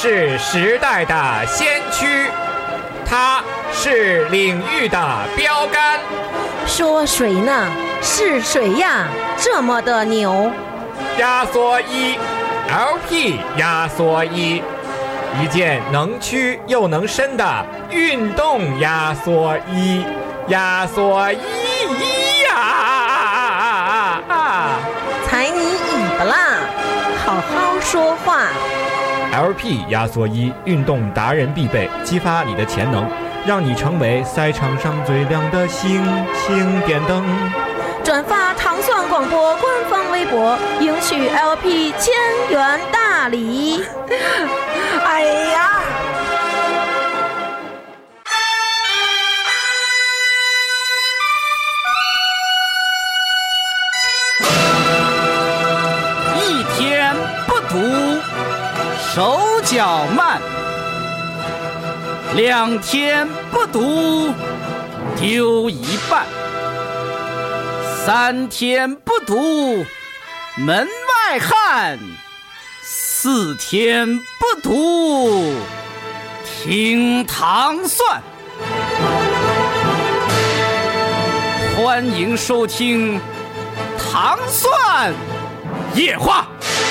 是时代的先驱，它是领域的标杆。 说谁呢？是谁呀？这么的牛？ 压缩衣 LP 压缩衣，一件能屈又能伸的运动压缩衣。压缩衣呀！ 踩你尾巴啦！好好说话。 LP 压缩衣，运动达人必备，激发你的潜能，让你成为赛场上最亮的星星点灯。 转发糖蒜广播官方微博，赢取 LP 1000元大礼。 哎呀！ 一天不读，手脚慢；2天不读，丢一半；3天不读，门外汉；4天不读，听糖蒜。欢迎收听糖蒜夜话。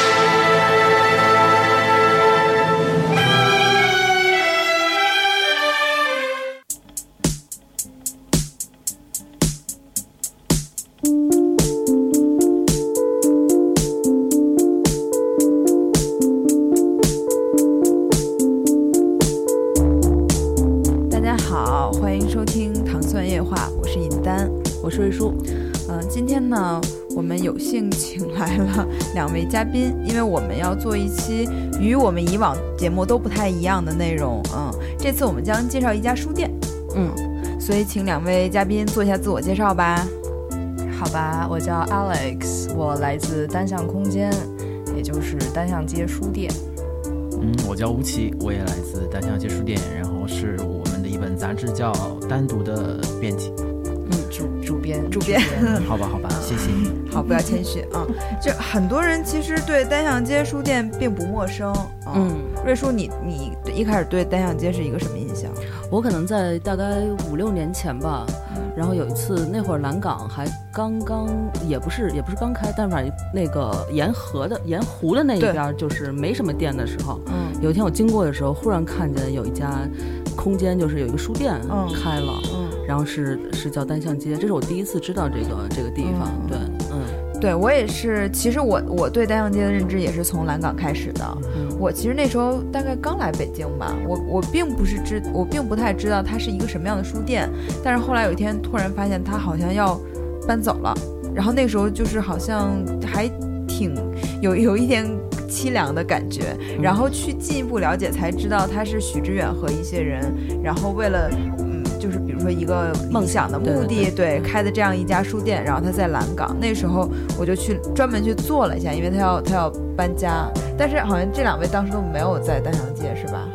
大家好，欢迎收听糖蒜夜话，我是尹丹， 我是瑞叔。 今天呢，我们有幸请来了2位嘉宾，因为我们要做一期与我们以往节目都不太一样的内容。这次我们将介绍一家书店。所以请2位嘉宾做一下自我介绍吧。 好吧，我叫 Alex， 我来自单向空间，也就是单向街书店。 我叫吴奇，我也来自单向街书店，然后是我们的一本杂志叫《单独的编辑》。 主编， 好吧，谢谢。 好，不要谦虚啊。就很多人其实对单向街书店并不陌生。瑞叔，你一开始对单向街是一个什么印象？ 我可能在大概5、6年前吧。然后有一次，那会儿蓝港还刚也不是刚开，但反正那个沿湖的那一边就是没什么店的时候。有一天我经过的时候，忽然看见有一家空间，就是有一个书店开了。然后是叫单向街，这是我第一次知道这个地方。 对，我也是。其实我对单向街的认知也是从蓝港开始的。我其实那时候大概刚来北京吧，我并不太知道它是一个什么样的书店，但是后来有一天突然发现它好像要搬走了，然后那时候就是好像还挺有一点凄凉的感觉，然后去进一步了解才知道它是许知远和一些人，然后为了就是比如说一个梦想的目的，对开的这样一家书店，然后他在蓝港。那时候我就专门去做了一下，因为他要搬家，但是好像这2位当时都没有在单向街，是吧？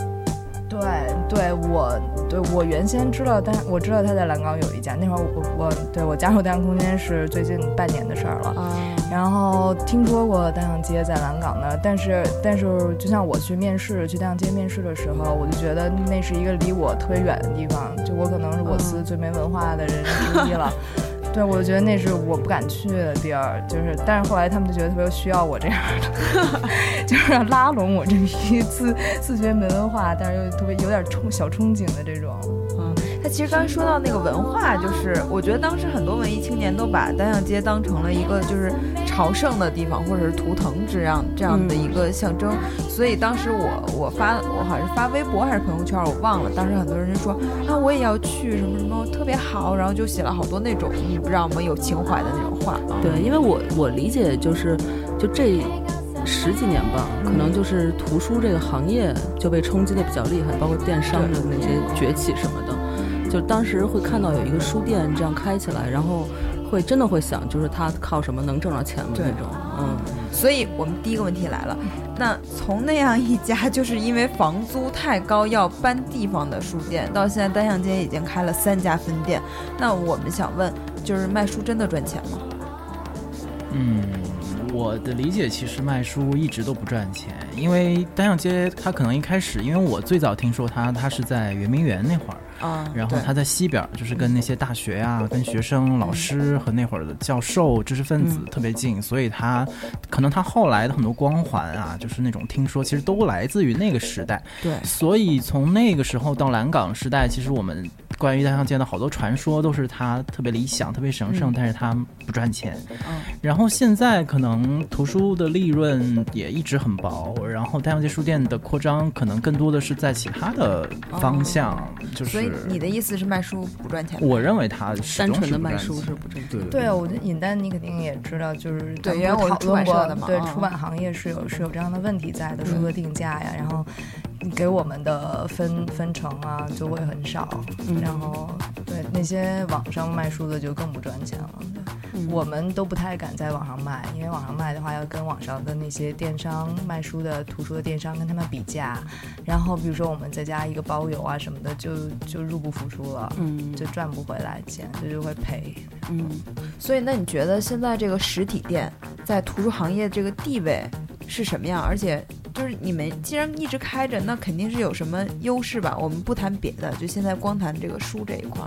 我原先知道，但我知道他在蓝港有一家。那会儿我加入单向空间是最近半年的事儿了。然后听说过单向街在蓝港的，但是就像我去单向街面试的时候，我就觉得那是一个离我特别远的地方，就我可能是我司最没文化的人之一了。对，我觉得那是我不敢去的地儿，但是后来他们就觉得特别需要我这样的，就是拉拢我这批自学没文化，但是又特别有点小憧憬的这种。 他其实刚才说到那个文化，就是我觉得当时很多文艺青年都把单向街当成了一个就是朝圣的地方，或者是图腾这样的一个象征。所以当时我好像是发微博还是朋友圈，我忘了。当时很多人就说我也要去什么什么特别好，然后就写了好多那种你不知道吗有情怀的那种话。 对，因为我理解就这10几年吧，可能就是图书这个行业就被冲击的比较厉害，包括电商的那些崛起什么的。就当时会看到有一个书店这样开起来，然后真的会想，就是他靠什么能挣到钱的那种。 所以我们第一个问题来了，那从那样一家就是因为房租太高要搬地方的书店，到现在单向街已经开了3家分店，那我们想问，就是卖书真的赚钱吗？ 我的理解其实卖书一直都不赚钱，因为单向街它可能一开始，因为我最早听说它是在圆明园那会儿然后它在西边，就是跟那些大学啊、跟学生、老师和那会儿的教授、知识分子特别近，所以它可能它后来的很多光环啊，就是那种听说，其实都来自于那个时代。 对， 所以从那个时候到蓝港时代，其实我们关于单向街的好多传说都是它特别理想、特别神圣，但是它不赚钱。然后现在可能图书的利润也一直很薄，然后单向街书店的扩张可能更多的是在其他的方向，就是。 所以你的意思是卖书不赚钱？ 我认为它单纯的卖书是不赚钱。 对，我觉得尹丹你肯定也知道，就是对，因为我是出版社的嘛， 对，出版行业是有这样的问题在的，书的定价呀，然后给我们的分成啊就会很少，然后对那些网上卖书的就更不赚钱了。我们都不太敢在网上卖，因为网上卖的话要跟网上的那些电商卖书的图书的电商跟他们比价，然后比如说我们再加一个包邮啊什么的，就入不敷出了，就赚不回来钱，就会赔。 所以那你觉得现在这个实体店在图书行业这个地位是什么样？而且就是你们既然一直开着，那肯定是有什么优势吧？我们不谈别的，就现在光谈这个书这一块。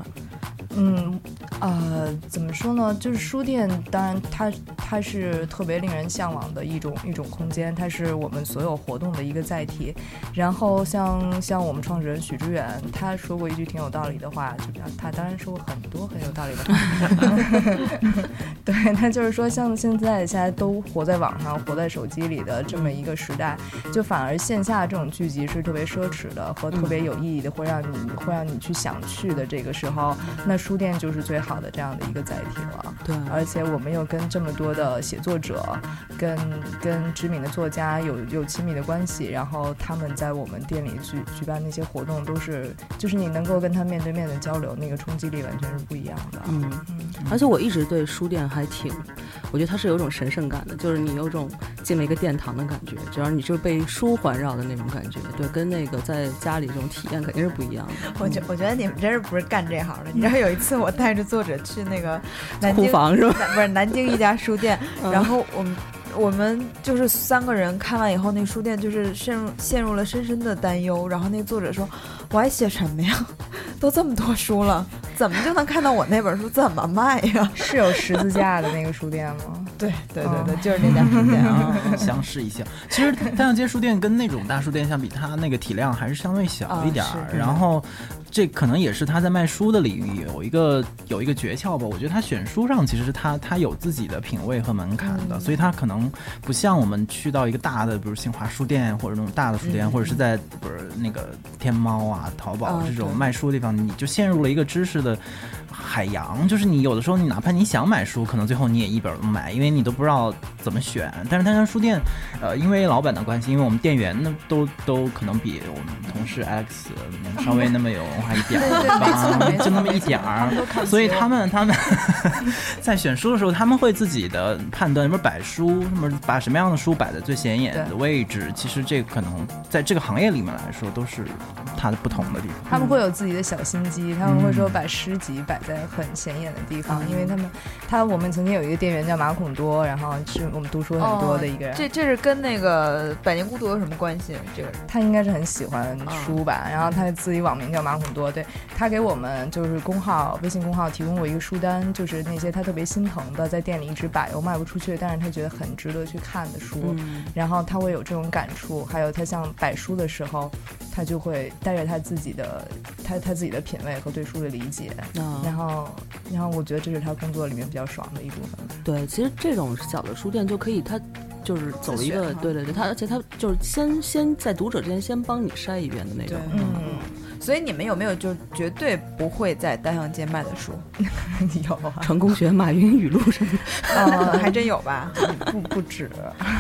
怎么说呢？就是书店，当然它是特别令人向往的一种空间，它是我们所有活动的一个载体。然后像我们创始人许知远，他说过一句挺有道理的话，就他当然说过很多很有道理的话。对，他就是说，像现在都活在网上、活在手机里的这么一个时代，就反而线下这种聚集是特别奢侈的和特别有意义的，会让你去想去的这个时候，那书店就是最好的这样的一个载体了。 对， 而且我们又跟这么多的写作者跟知名的作家有亲密的关系，然后他们在我们店里举办那些活动，都是就是你能够跟他面对面的交流，那个冲击力完全是不一样的。 而且我一直对书店我觉得它是有一种神圣感的，就是你有种进了一个殿堂的感觉，只要你就是被书环绕的那种感觉，对，跟那个在家里这种体验肯定是不一样的。 我觉得你们真是不是干这行的。你知道有一次我带着作者去那个南京库房是吧？ 不是南京一家书店，然后我们就是3个人看完以后，那书店就是陷入了深深的担忧。然后那个作者说：“我还写什么呀？都这么多书了，怎么就能看到我那本书？怎么卖呀？” 是有十字架的那个书店吗？ 对，就是那家书店啊。 相视一笑。其实单向街书店跟那种大书店相比，它那个体量还是相对小一点然后这可能也是他在卖书的领域有一个诀窍吧。我觉得他选书上其实他有自己的品味和门槛的，所以他可能不像我们去到一个大的，比如新华书店或者那种大的书店，或者是在不是那个天猫啊、淘宝这种卖书的地方，你就陷入了一个知识的海洋。就是你有的时候，你哪怕你想买书，可能最后你也一本都买，因为你都不知道怎么选。但是单向书店，因为老板的关系，因为我们店员呢都可能比我们同事 Alex 稍微那么有文化一点吧，就那么一点儿，所以他们在选书的时候，他们会自己的判断，什么摆书，什么把什么样的书摆在最显眼的位置。其实这个可能在这个行业里面来说，都是它的不同的地方。 他们会有自己的小心机，他们会说把诗集摆在很显眼的地方，因为我们曾经有一个店员叫马孔多，然后是我们读书很多的一个人。 这是跟那个《百年孤独》有什么关系？这个他应该是很喜欢书吧，然后他自己网名叫马孔多。对，他给我们就是微信公号提供过一个书单，就是那些他特别心疼的在店里一直摆又卖不出去，但是他觉得很值得去看的书，然后他会有这种感触。还有他像摆书的时候，他就会带着他自己的品味和对书的理解，然后我觉得这是他工作里面比较爽的一部分。 对，其实这种小的书店就可以，他就是走一个对，而且他就是先在读者之间先帮你筛一遍的那种。 所以你们有没有就绝对不会在单向街卖的书？ 有啊， 成功学、马云语录什么的，还真有吧？ 不止。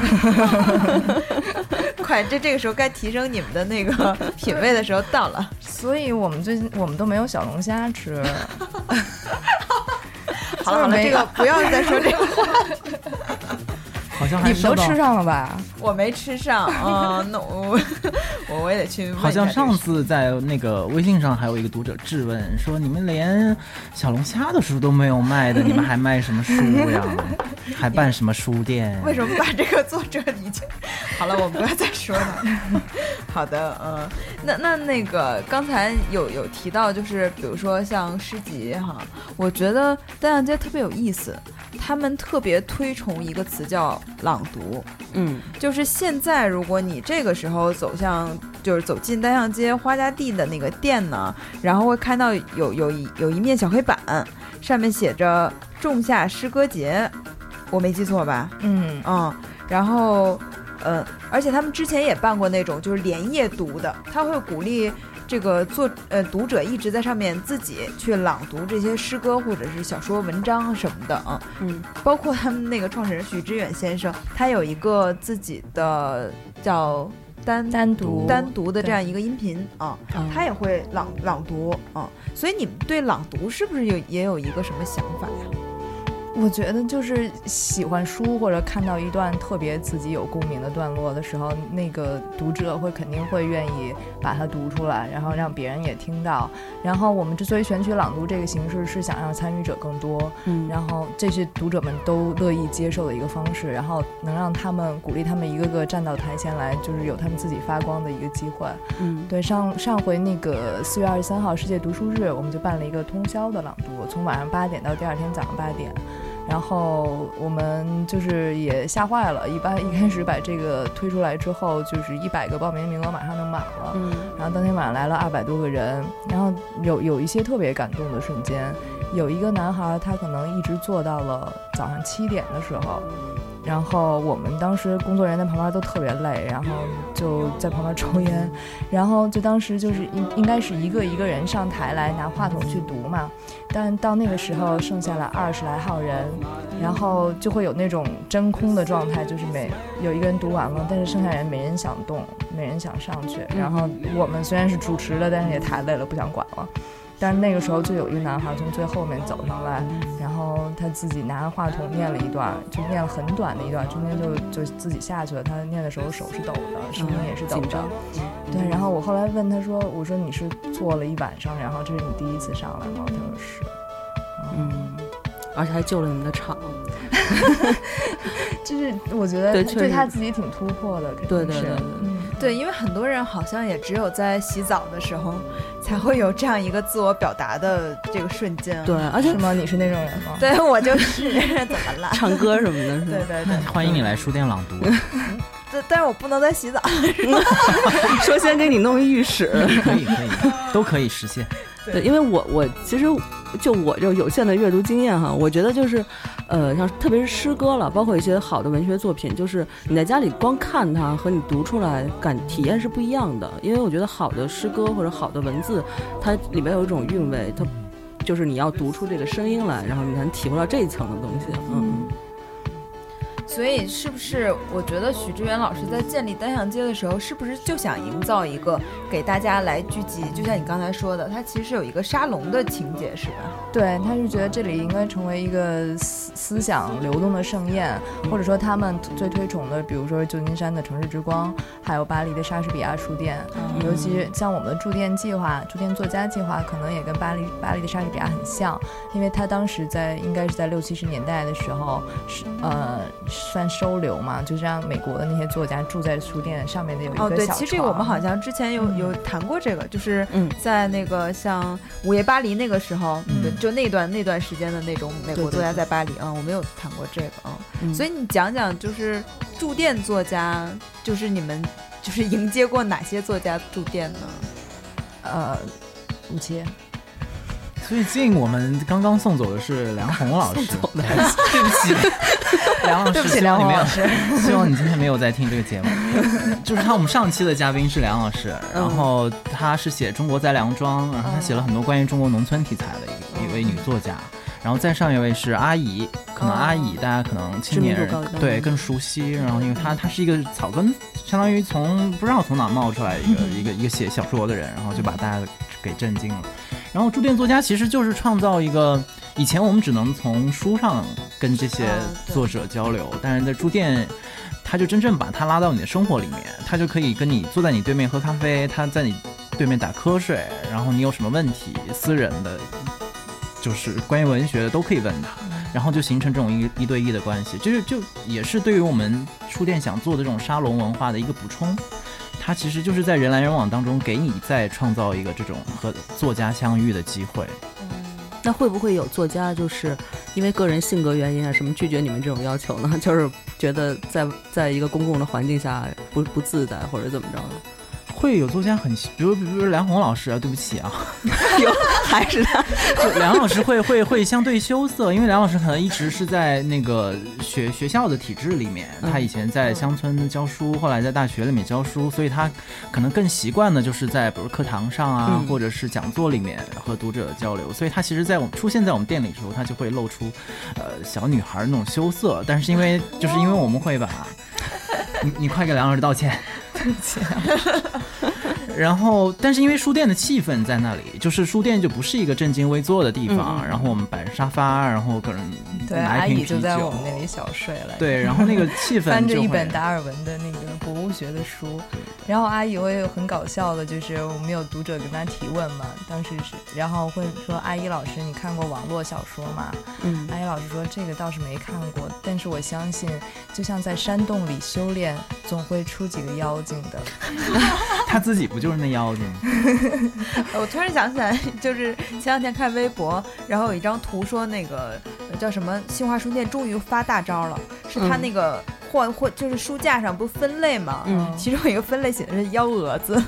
快，这个时候该提升你们的那个品味的时候到了。 所以我们都没有小龙虾吃。 好了，这个不要再说这个话。 好像还你们都吃上了吧？ 我没吃上啊，那我也得去问一下。 好像上次在那个微信上还有一个读者质问说，你们连小龙虾的书都没有卖的，你们还卖什么书呀？还办什么书店？ 为什么把这个作者理解？好了，我不要再说了。好的，那个刚才有提到，就是比如说像诗集哈，我觉得单向街特别有意思，他们特别推崇一个词叫朗读。就是现在如果你这个时候走进单向街花家地的那个店呢，然后会看到有一面小黑板，上面写着仲夏诗歌节，我没记错吧？然后而且他们之前也办过那种就是连夜读的，他会鼓励这个读者一直在上面自己去朗读这些诗歌或者是小说文章什么的啊。包括他们那个创始人许知远先生，他有一个自己的叫单独的这样一个音频啊，他也会朗读啊。所以你们对朗读是不是也有一个什么想法呀？ 我觉得就是喜欢书或者看到一段特别自己有共鸣的段落的时候，那个读者肯定会愿意把它读出来，然后让别人也听到。然后我们之所以选取朗读这个形式，是想让参与者更多，然后这是读者们都乐意接受的一个方式，然后能让他们鼓励他们一个个站到台前来，就是有他们自己发光的一个机会。对，上回那个4月23号世界读书日，我们就办了一个通宵的朗读，从晚上8点到第二天早上8点。然后我们就是也吓坏了，一开始把这个推出来之后，就是100个报名名额马上就满了，然后当天晚上来了200多个人，然后有一些特别感动的瞬间，有一个男孩他可能一直坐到了早上7点的时候。然后我们当时工作人员在旁边都特别累，然后就在旁边抽烟，然后就当时就是应该是一个人上台来拿话筒去读嘛，但到那个时候剩下了20来号人，然后就会有那种真空的状态，就是有一个人读完了，但是剩下人没人想动，没人想上去，然后我们虽然是主持的，但是也太累了，不想管了。但是那个时候就有一个男孩从最后面走上来，然后他自己拿着话筒念了一段，就念了很短的一段，中间就自己下去了。他念的时候手是抖的，声音也是抖着。对，然后我后来问他说：“我说你是坐了一晚上，然后这是你第一次上来吗？”他说是。 而且还救了你们的场。 就是我觉得对他自己挺突破的，肯定是。 对，因为很多人好像也只有在洗澡的时候才会有这样一个自我表达的这个瞬间。 对，而且是吗？你是那种人吗？ 对，我就是怎么了？ 唱歌什么的，是吧？ 对。 欢迎你来书店朗读。 但是我不能在洗澡。 说先给你弄浴室， 可以，都可以实现。 对，因为我其实就我这有限的阅读经验哈，我觉得就是像特别是诗歌了，包括一些好的文学作品，就是你在家里光看它和你读出来体验是不一样的。因为我觉得好的诗歌或者好的文字，它里面有一种韵味，它就是你要读出这个声音来，然后你才能体会到这一层的东西。 所以是不是我觉得许知远老师在建立单向街的时候，是不是就想营造一个给大家来聚集，就像你刚才说的，他其实是有一个沙龙的情节，是吧？ 对，他是觉得这里应该成为一个思想流动的盛宴，或者说他们最推崇的，比如说旧金山的城市之光，还有巴黎的莎士比亚书店，尤其像我们的驻店作家计划，可能也跟巴黎的莎士比亚很像，因为他当时应该是在60、70年代的时候，算收留嘛，就是让美国的那些作家住在书店上面的有一个小床。 对，其实我们好像之前有谈过这个，就是在那个像午夜巴黎那个时候，就那段时间的那种美国作家在巴黎我们有谈过这个所以你讲讲，就是驻店作家，就是你们就是迎接过哪些作家驻店呢 ？57。 最近我们刚刚送走的是梁红老师，对不起，梁老师， 对不起，梁红老师， 希望你今天没有在听这个节目。就是我们上期的嘉宾是梁老师，然后他是写《中国在梁庄》，然后他写了很多关于中国农村题材的一位女作家。然后再上一位是阿姨，可能阿姨大家可能青年人对更熟悉，然后因为她是一个草根，相当于不知道从哪冒出来一个写小说的人，然后就把大家给震惊了。然后驻店作家其实就是创造一个以前我们只能从书上跟这些作者交流，但是在书店他就真正把他拉到你的生活里面，他就可以跟你坐在你对面喝咖啡，他在你对面打瞌睡，然后你有什么问题私人的就是关于文学的都可以问他，然后就形成这种一对一的关系，就也是对于我们书店想做的这种沙龙文化的一个补充。它其实就是在人来人往当中给你再创造一个这种和作家相遇的机会。 那会不会有作家就是因为个人性格原因啊什么拒绝你们这种要求呢？就是觉得在一个公共的环境下不自在或者怎么着的？ 会有作家很，比如梁红老师啊，对不起啊， 有还是他， 梁老师会相对羞涩，因为梁老师可能一直是在那个学校的体制里面，他以前在乡村教书，后来在大学里面教书，所以他可能更习惯的就是在比如课堂上啊，或者是讲座里面和读者交流，所以他其实在出现在我们店里的时候，他就会露出小女孩那种羞涩，但是因为我们会把你快给梁老师道歉。然后但是因为书店的气氛在那里，就是书店就不是一个正襟危坐的地方，然后我们摆沙发，然后个人拿一瓶啤酒， 阿姨就在我们那里小睡了， 对，然后那个气氛就翻着一本达尔文的那个博物学的书，然后阿姨会很搞笑的，就是我们有读者跟她提问嘛，当时是然后会说阿姨老师你看过网络小说吗？阿姨老师说这个倒是没看过，但是我相信就像在山洞里修炼总会出几个妖精的。 他自己不就是那妖精吗？ 我突然想起来，就是前两天看微博，然后有一张图说那个叫什么新华书店终于发大招了，是他那个或就是书架上不分类嘛，其中有一个分类写的是幺蛾子。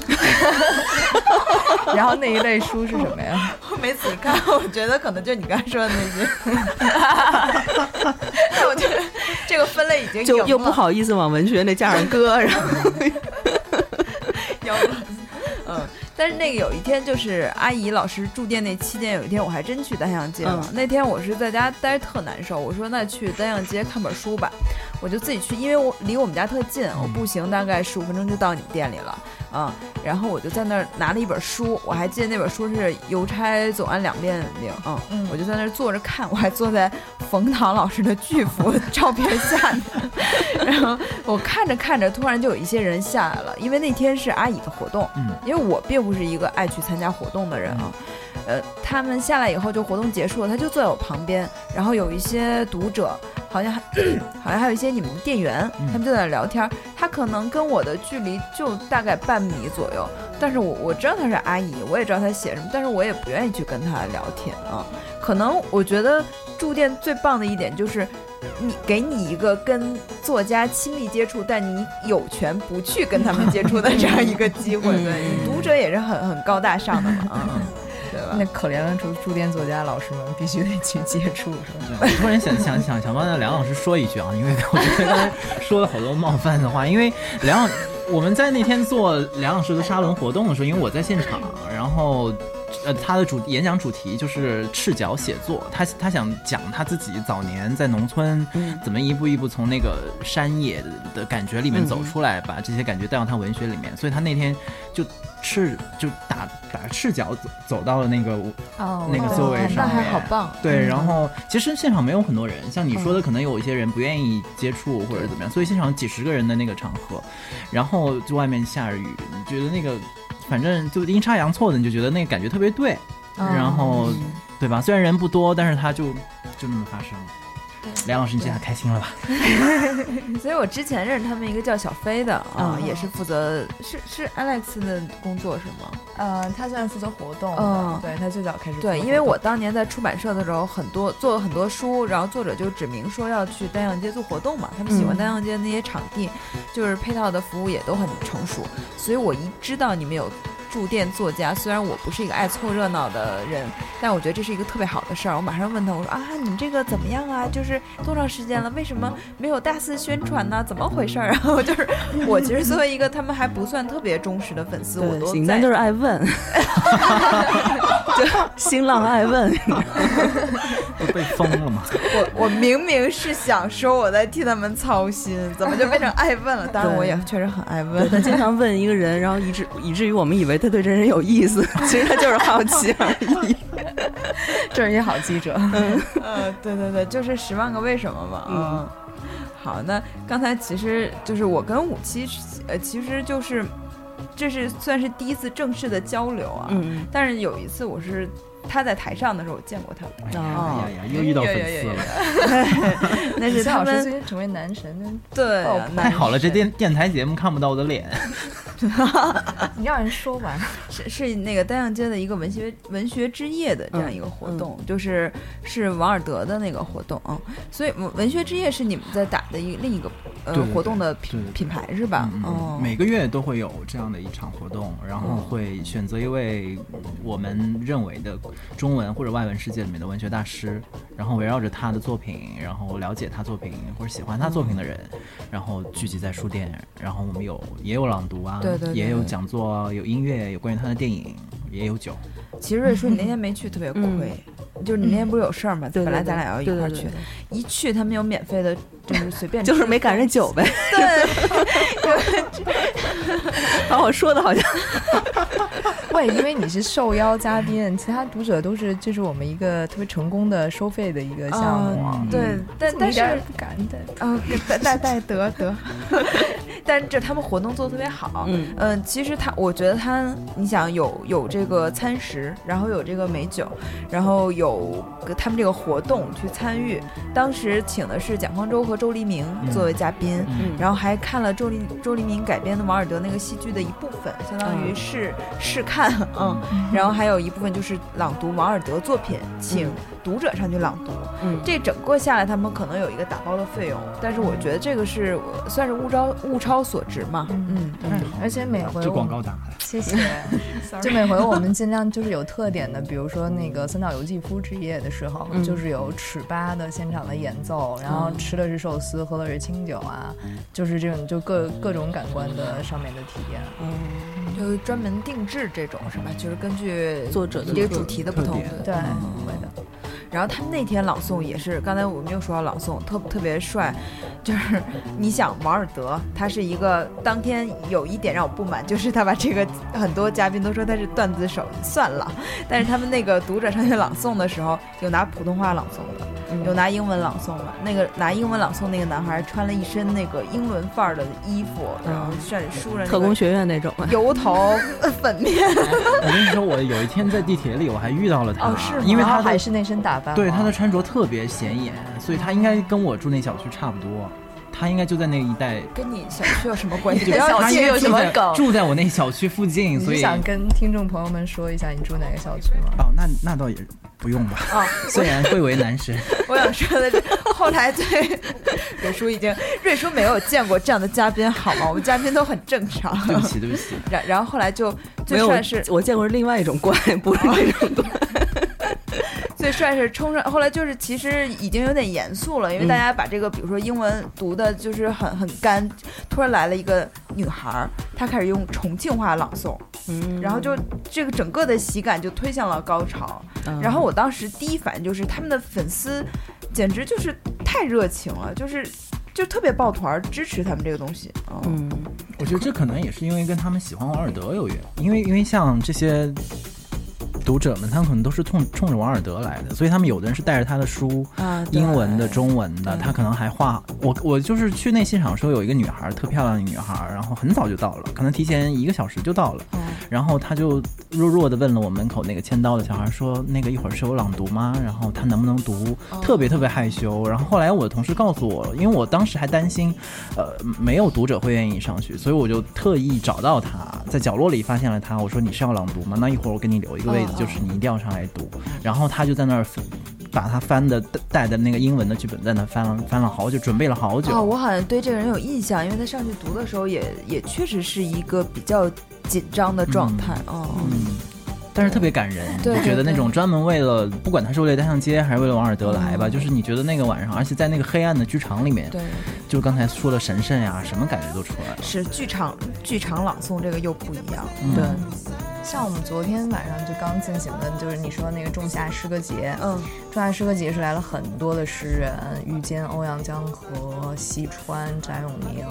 然后那一类书是什么呀？ 我没仔细看，我觉得可能就你刚才说的那些。但我觉得这个分类已经就又不好意思往文学那架上搁，然后幺蛾子。但是那个有一天就是阿姨老师驻店那期间，有一天我还真去单向街了。那天我是在家待着特难受，我说那去单向街看本书吧，我就自己去，因为我离我们家特近，我步行大概15分钟就到你们店里了然后我就在那儿拿了一本书，我还记得那本书是《邮差总案2变令》我就在那儿坐着看，我还坐在冯唐老师的巨幅照片下面，然后我看着看着，突然就有一些人下来了，因为那天是阿姨的活动，因为我并不是一个爱去参加活动的人他们下来以后就活动结束了，他就坐在我旁边，然后有一些读者，好像还有一些你们的店员，他们就在那聊天，他可能跟我的距离就大概半米左右，但是我知道他是阿姨，我也知道他写什么，但是我也不愿意去跟他聊天可能我觉得驻店最棒的一点就是给你一个跟作家亲密接触，但你有权不去跟他们接触的这样一个机会，对，你读者也是很高大上的嘛对吧？ 那可怜的驻店作家老师们必须得去接触，是吧？ 我突然想帮梁老师说一句因为我觉得刚才说了好多冒犯的话，因为我们在那天做梁老师的沙龙活动的时候，因为我在现场，然后他的演讲主题就是赤脚写作，他想讲他自己早年在农村怎么一步一步从那个山野的感觉里面走出来，把这些感觉带到他文学里面，所以他那天就打赤脚走到了那个座位上面， 那还好棒。 对，然后其实现场没有很多人，像你说的，可能有一些人不愿意接触或者怎么样，所以现场几十个人的那个场合，然后就外面下着雨，你觉得那个反正就阴差阳错的，你就觉得那个感觉特别对，然后对吧？虽然人不多，但是它就那么发生了。梁老师，你这下开心了吧？ 所以我之前认识他们一个叫小飞的也是负责是 Alex 的工作是吗？ 他现在负责活动对，他最早开始对，因为我当年在出版社的时候做了很多书，然后作者就指明说要去单向街做活动嘛，他们喜欢单向街那些场地，就是配套的服务也都很成熟，所以我一知道你们有驻店作家，虽然我不是一个爱凑热闹的人，但我觉得这是一个特别好的事儿。我马上问他，我说你们这个怎么样啊？就是多长时间了？为什么没有大肆宣传呢？怎么回事儿？然后就是我其实作为一个他们还不算特别忠实的粉丝，我都在就是爱问，就新浪爱问。 被封了吗？ 我明明是想说我在替他们操心，怎么就变成爱问了？当然我也确实很爱问， 他经常问一个人，然后以至于我们以为他对这人有意思，其实他就是好奇而已。 这是一好记者。 对，就是10万个为什么嘛。好，那刚才其实就是我跟57，其实就是这是算是第一次正式的交流啊。但是有一次我是他在台上的时候我见过他。 又遇到粉丝了。 那是他们最近成为男神。 对， 太好了，这电台节目看不到我的脸。 你让人说完。 是那个单向街的一个文学之夜的这样一个活动，是王尔德的那个活动啊。所以文学之夜是你们在打的另一个活动的品牌是吧？ 每个月都会有这样的一场活动，然后会选择一位我们认为的中文或者外文世界里面的文学大师，然后围绕着他的作品，然后了解他作品或者喜欢他作品的人，然后聚集在书店，然后我们也有朗读啊， 对， 也有讲座，有音乐，有关于他的电影，也有酒。 其实瑞叔你那天没去特别亏，就是你那天不是有事儿吗？本来咱俩要一块儿去，一去他们有免费的，就是随便就是没赶上酒呗。 对， 把我说的好像。 喂，因为你是受邀嘉宾，其他读者都是就是我们一个特别成功的收费的一个项目。 对，但是不敢的。 带得。但这他们活动做得特别好。其实我觉得你想有这个餐食，然后有这个美酒，然后有他们这个活动去参与。当时请的是蒋方舟和周黎明作为嘉宾，然后还看了周黎明改编的王尔德那个戏剧的一部分，相当于试看。然后还有一部分就是朗读王尔德作品，请读者上去朗读。这整个下来他们可能有一个打包的费用，但是我觉得这个是算是物超所值嘛。 而且每回这广告打的， 谢谢。就每回我们尽量就是有特点的，比如说那个三岛由纪夫之夜的时候，就是有尺八的现场的演奏，然后吃的是寿司，喝的是清酒啊，就是这种就各种感官的上面的体验。 就专门定制这种是吧？就是根据作者的这个主题的不同。 对，会的。 然后他们那天朗诵也是，刚才我们又说到朗诵特别帅，就是你想王尔德，他是一个当天有一点让我不满，就是他把这个很多嘉宾都说他是段子手，算了，但是他们那个读者上去朗诵的时候，有拿普通话朗诵的，有拿英文朗诵的。那个拿英文朗诵那个男孩穿了一身那个英伦范儿的衣服，然后梳着特工学院那种油头粉面。 我跟你说，我有一天在地铁里我还遇到了他， 是吗？ 因为他还是那身打扮， 对他的穿着特别显眼，所以他应该跟我住那小区差不多。他应该就在那一带。 跟你小区有什么关系？ 小区有什么梗？ 住在我那小区附近，所以你想跟听众朋友们说一下你住哪个小区吗？ 哦，那倒也不用吧。虽然贵为男神。 我想说的是，后来对瑞叔没有见过这样的嘉宾好吗？我们嘉宾都很正常。 对不起。 然后后来就最帅是， 我见过是另外一种怪，不是这种怪。 最帅是冲上，后来就是其实已经有点严肃了，因为大家把这个比如说英文读的就是很干，突然来了一个女孩，她开始用重庆话朗诵，然后就这个整个的喜感就推向了高潮。然后我当时第一反应就是他们的粉丝简直就是太热情了，就特别抱团支持他们这个东西。 我觉得这可能也是因为跟他们喜欢王尔德有缘，因为像这些读者们，他们可能都是冲着王尔德来的，所以他们有的人是带着他的书，英文的、中文的，他可能还画。我就是去那现场的时候，有一个女孩，特漂亮的女孩，然后很早就到了，可能提前1个小时就到了。然后他就弱弱的问了我门口那个签到的小孩说：“那个一会儿是有朗读吗？然后他能不能读？”特别害羞。然后后来我的同事告诉我，因为我当时还担心，没有读者会愿意上去，所以我就特意找到他，在角落里发现了他。我说：“你是要朗读吗？那一会儿我给你留一个位子。”就是你一定要上来读，然后他就在那儿把他带的那个英文的剧本在那翻了好久，准备了好久。 我好像对这个人有印象，因为他上去读的时候也确实是一个比较紧张的状态。 但是特别感人， 对， 就觉得那种专门为了，不管他是为了单向街还是为了王尔德来吧，就是你觉得那个晚上，而且在那个黑暗的剧场里面， 对， 就刚才说的神圣呀，什么感觉都出来了。 是剧场朗诵这个又不一样，对。 像我们昨天晚上就刚进行的，就是你说那个仲夏诗歌节。仲夏诗歌节是来了很多的诗人，遇见欧阳江河、西川、翟永明。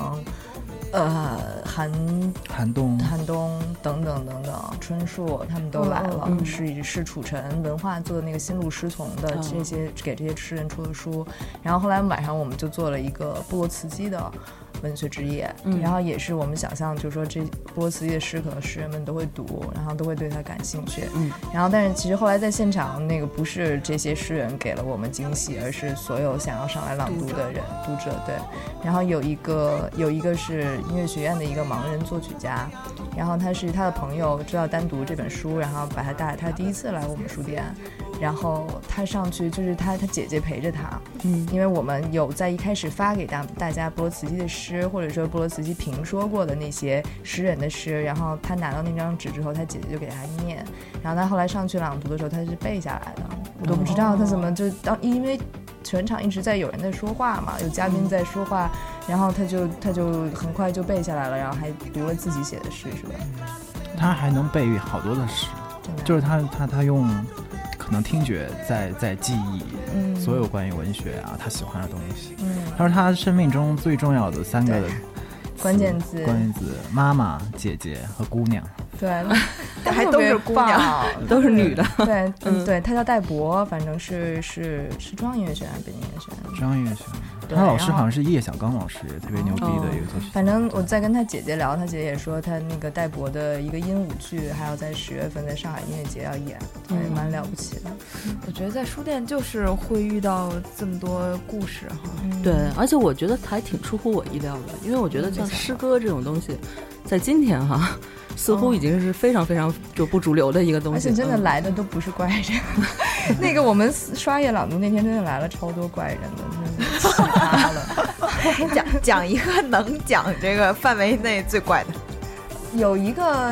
寒冬等等，春树他们都来了，是楚晨文化做的那个新路诗丛的这些给这些诗人出的书，然后后来晚上我们就做了一个布罗茨基的文学之夜，然后也是我们想象，就是说这布罗茨基的诗可能诗人们都会读，然后都会对他感兴趣，然后但是其实后来在现场那个不是这些诗人给了我们惊喜，而是所有想要上来朗读的人读者对，然后有一个是音乐学院的一个盲人作曲家，然后他是他的朋友知道单独这本书，然后把他带，他第一次来我们书店，然后他上去就是他姐姐陪着他，因为我们有在一开始发给大家布罗茨基的诗，或者说布罗茨基评说过的那些诗人的诗，然后他拿到那张纸之后，他姐姐就给他念，然后他后来上去朗读的时候，他是背下来的，我都不知道他怎么就因为全场一直在有人在说话嘛，有嘉宾在说话，然后他就很快就背下来了，然后还读了自己写的诗，是吧？ 他还能背好多的诗，就是他用可能听觉在记忆所有关于文学啊他喜欢的东西。他说他生命中最重要的3个关键字： 妈妈、姐姐和姑娘。 对， 还都是姑娘， 都是女的。 对，对，他叫戴博，反正是中央音乐学院、北京音乐学院。 中央音乐学院。他老师好像是叶小刚老师，特别牛逼的一个作曲。 反正我在跟他姐姐聊，他姐姐也说他那个戴博的一个鹦鹉剧还要在10月份在上海音乐节要演，也蛮了不起的。 我觉得在书店就是会遇到这么多故事哈。 对，而且我觉得还挺出乎我意料的，因为我觉得像诗歌这种东西，在今天哈。似乎已经是非常非常就不主流的一个东西， 而且真的来的都不是怪人。那个我们刷夜朗读那天真的来了超多怪人的，真的奇葩了。 讲一个能讲这个范围内最怪的。 有一个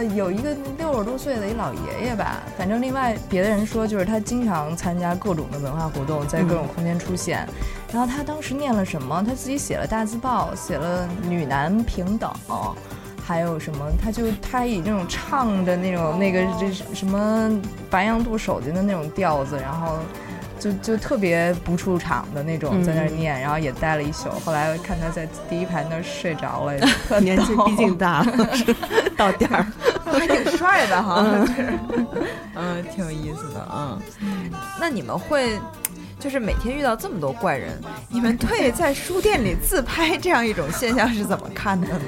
60多岁的一老爷爷吧，反正另外别的人说就是他经常参加各种的文化活动，在各种空间出现。然后他当时念了什么？他自己写了大字报，写了女男平等。还有什么？他以这种唱的那种那个这什么白杨渡手巾的那种调子，然后就特别不出场的那种在那儿念，然后也待了一宿。后来看他在第一排那儿睡着了，特年纪毕竟大了，到点儿还挺帅的哈。挺有意思的。那你们会？就是每天遇到这么多怪人，你们对在书店里自拍这样一种现象是怎么看的呢？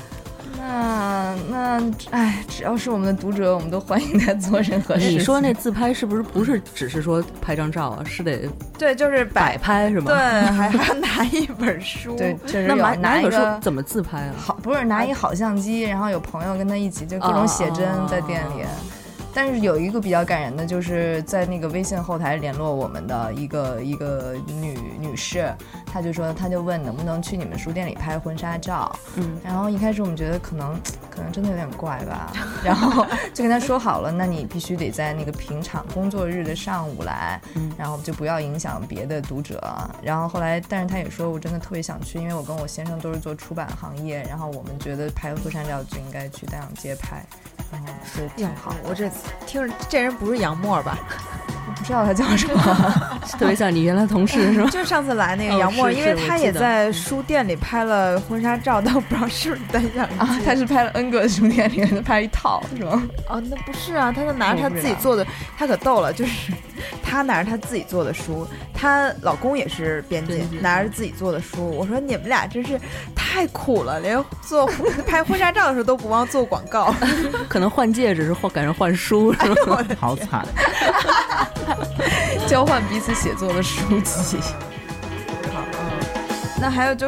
只要是我们的读者，我们都欢迎他做任何事情。 你说那自拍是不是只是说拍张照啊？是得对，就是摆拍是吗？ 对，还要拿一本书。 对，就是那拿一个书怎么自拍啊？ 好，不是拿一好相机，然后有朋友跟他一起，就各种写真在店里。但是有一个比较感人的，就是在那个微信后台联络我们的一个女士，她就问能不能去你们书店里拍婚纱照。然后一开始我们觉得可能真的有点怪吧，然后就跟她说好了，那你必须得在那个平常工作日的上午来，然后就不要影响别的读者。然后后来，但是她也说我真的特别想去，因为我跟我先生都是做出版行业，然后我们觉得拍婚纱照就应该去大洋街拍。 呀，好，我这听着这人不是杨默吧？ 我不知道他叫什么， 特别像你原来同事是吧？ 就是上次来那个杨默，因为他也在书店里拍了婚纱照，但我不知道是不是单相机啊，他是拍了 N 个书店里面拍一套是吗？ 哦，那不是啊，他拿着他自己做的，他可逗了，就是他拿着他自己做的书，她老公也是编辑，拿着自己做的书。我说你们俩真是太苦了，连拍婚纱照的时候都不忘做广告。 可能换戒指是赶上换书是吧？ 好惨。 交换彼此写作的书籍。 那还有就是，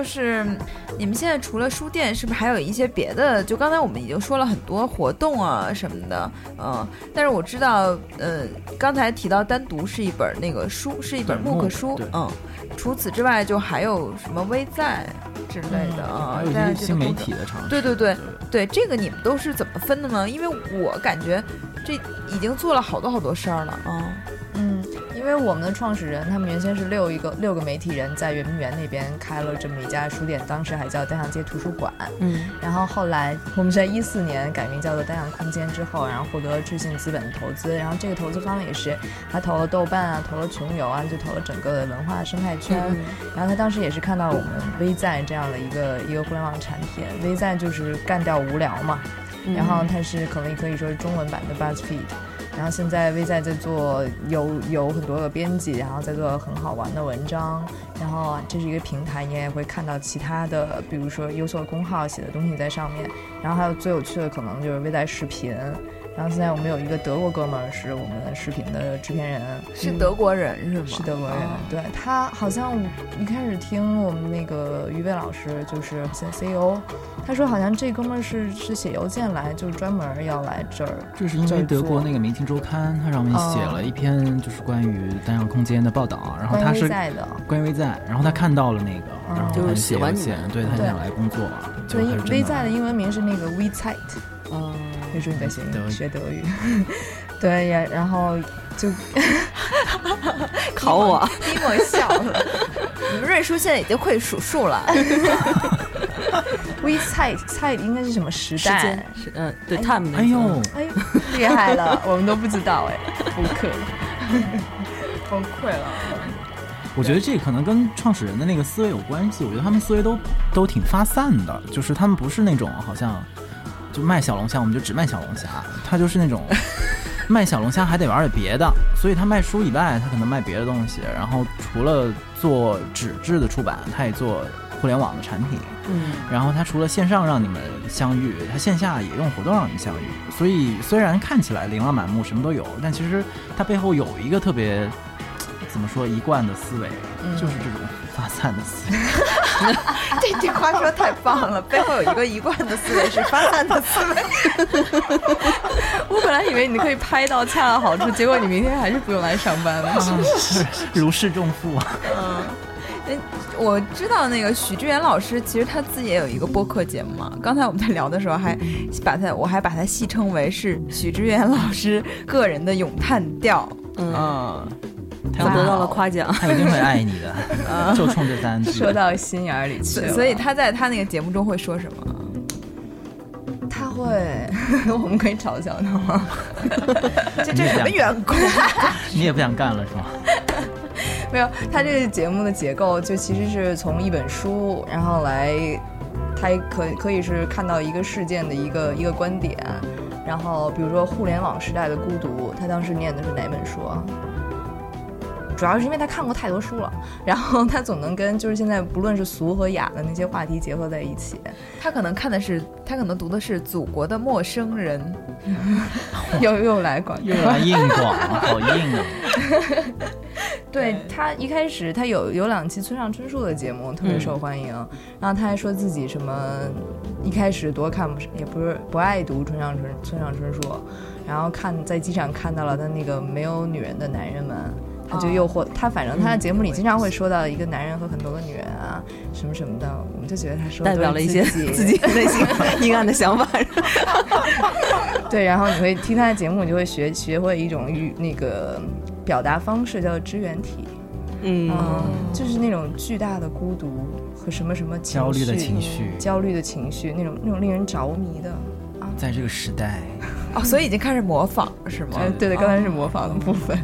你们现在除了书店，是不是还有一些别的？就刚才我们已经说了很多活动啊什么的，但是我知道，刚才提到单独是一本那个书，是一本木刻书，除此之外，就还有什么微在之类的啊， 还有一些新媒体的尝试。 对，这个你们都是怎么分的呢？因为我感觉这已经做了好多事儿了啊。 因因为我们的创始人他们原先是六个媒体人在圆明园那边开了这么一家书店，当时还叫单向街图书馆。然后后来我们是在14年改名叫做单向空间之后，然后获得了智信资本的投资，然后这个投资方也是他投了豆瓣啊，投了穷游啊，就投了整个的文化生态圈。然后他当时也是看到我们微在这样的一个互联网产品，微在就是干掉无聊嘛，然后它是可以说是中文版的 BuzzFeed。然后现在微在做有很多个编辑，然后在做很好玩的文章，然后这是一个平台，你也会看到其他的比如说优秀公号写的东西在上面，然后还有最有趣的可能就是微在视频。然后现在我们有一个德国哥们儿是我们视频的制片人， 是德国人是吗？ 是德国人，对，他好像一开始听我们那个于伟老师就是 CEO， 他说好像这哥们儿是写邮件来，就专门要来这儿。 这是因为德国那个《明镜周刊》它上面写了一篇就是关于单向空间的报道，然后他是关于微在，然后他看到了那个，然后他就写邮件，对他想来工作。 对，微在的英文名是那个 WeZeit。那时候你在学德语，对呀，然后就考我，逼我笑了。你们瑞叔现在已经会数数了。 WeZeit 应该是什么时代？ 对 time。 哎呦，厉害了，我们都不知道补课，崩溃了。 我觉得这可能跟创始人的那个思维有关系。我觉得他们思维都挺发散的，就是他们不是那种好像。就卖小龙虾我们就只卖小龙虾，他就是那种卖小龙虾还得玩点别的，所以他卖书以外他可能卖别的东西，然后除了做纸质的出版他也做互联网的产品，然后他除了线上让你们相遇，他线下也用活动让你们相遇，所以虽然看起来琳琅满目什么都有，但其实他背后有一个特别怎么说一贯的思维，就是这种发散的思维。 这句话说太棒了，背后有一个一贯的思维是发散的思维。 我本来以为你可以拍到恰到好处，结果你明天还是不用来上班了。 如释重负啊。 我知道那个许知远老师其实他自己也有一个播客节目嘛，刚才我们在聊的时候我还把他戏称为是许知远老师个人的咏叹调。 他得到了夸奖， 他一定会爱你的，就冲这3句说到心眼里去了。 所以他在他那个节目中会说什么？ 他会，我们可以嘲笑他吗？ 这什么员工？ 你也不想干了是吗？ 没有，他这个节目的结构就其实是从一本书，然后来，他可以是看到一个事件的一个观点，然后比如说互联网时代的孤独，他当时念的是哪本书啊？主要是因为他看过太多书了，然后他总能跟就是现在不论是俗和雅的那些话题结合在一起。 他可能读的是《祖国的陌生人》。 又来广告， 又来硬广，好硬啊！ 对，他一开始他有2期村上春树的节目特别受欢迎，然后他还说自己什么一开始多看也不是不爱读村上春树，然后在机场看到了他那个没有女人的男人们。他就诱惑他，反正他的节目里经常会说到一个男人和很多个女人啊，什么什么的，我们就觉得他说代表了一些自己内心阴暗的想法。 对，然后你会听他的节目，你就会学会一种那个表达方式，叫支原体。就是那种巨大的孤独和什么什么情绪，焦虑的情绪，那种令人着迷的啊， 在这个时代所以已经开始模仿是吗？ 对，刚才是模仿的部分。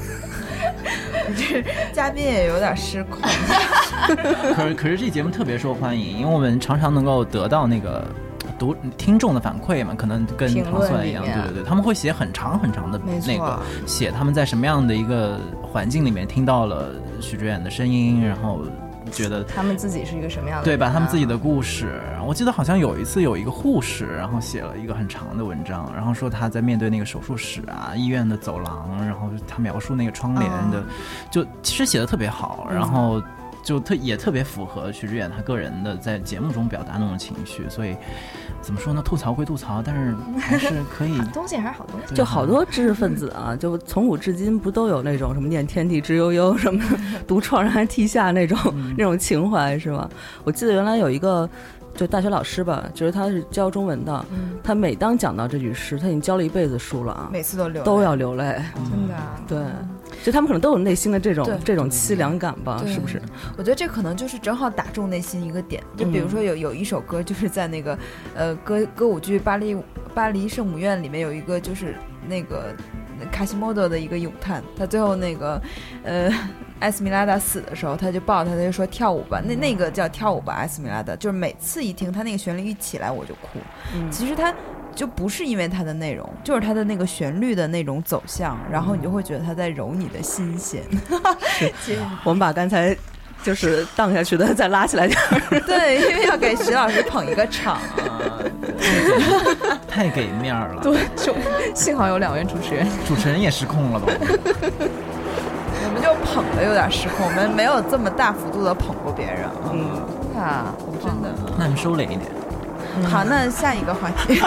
这嘉宾也有点失控。 可是这节目特别受欢迎，因为我们常常能够得到那个听众的反馈嘛，可能跟糖蒜一样，对，他们会写很长很长的那个，写他们在什么样的一个环境里面听到了许知远的声音，然后觉得他们自己是一个什么样的人， 对，把他们自己的故事。我记得好像有一次有一个护士，然后写了一个很长的文章，然后说他在面对那个手术室啊、医院的走廊，然后他描述那个窗帘的，就其实写的特别好，然后就也特别符合许知远他个人的在节目中表达那种情绪，所以怎么说呢？吐槽归吐槽，但是还是可以东西还是好东西。 就好多知识分子啊，就从古至今不都有那种什么念天地之悠悠，什么独怆然涕下那种情怀是吧？我记得原来有一个就大学老师吧，就是他是教中文的，他每当讲到这句诗，他已经教了一辈子书了啊， 每次都要流泪， 真的。 对。 就他们可能都有内心的这种凄凉感吧，是不是？ 我觉得这可能就是正好打中内心一个点，就比如说有一首歌，就是在那个歌舞剧巴黎圣母院里面有一个就是那个卡西莫多的一个咏叹，他最后那个艾斯米拉达死的时候，他就抱他，他就说跳舞吧，那个叫跳舞吧艾斯米拉达，就是每次一听他那个旋律一起来我就哭。其实他就不是因为它的内容，就是它的那个旋律的那种走向，然后你就会觉得它在揉你的心弦。 我们把刚才就是荡下去的再拉起来点儿。 对，因为要给徐老师捧一个场啊， 太给面了。 对，幸好有2位主持人， 主持人也失控了吧？ 我们就捧的有点失控，我们没有这么大幅度的捧过别人。 啊， 真的。 那你们收敛一点。 好，那下一个话题。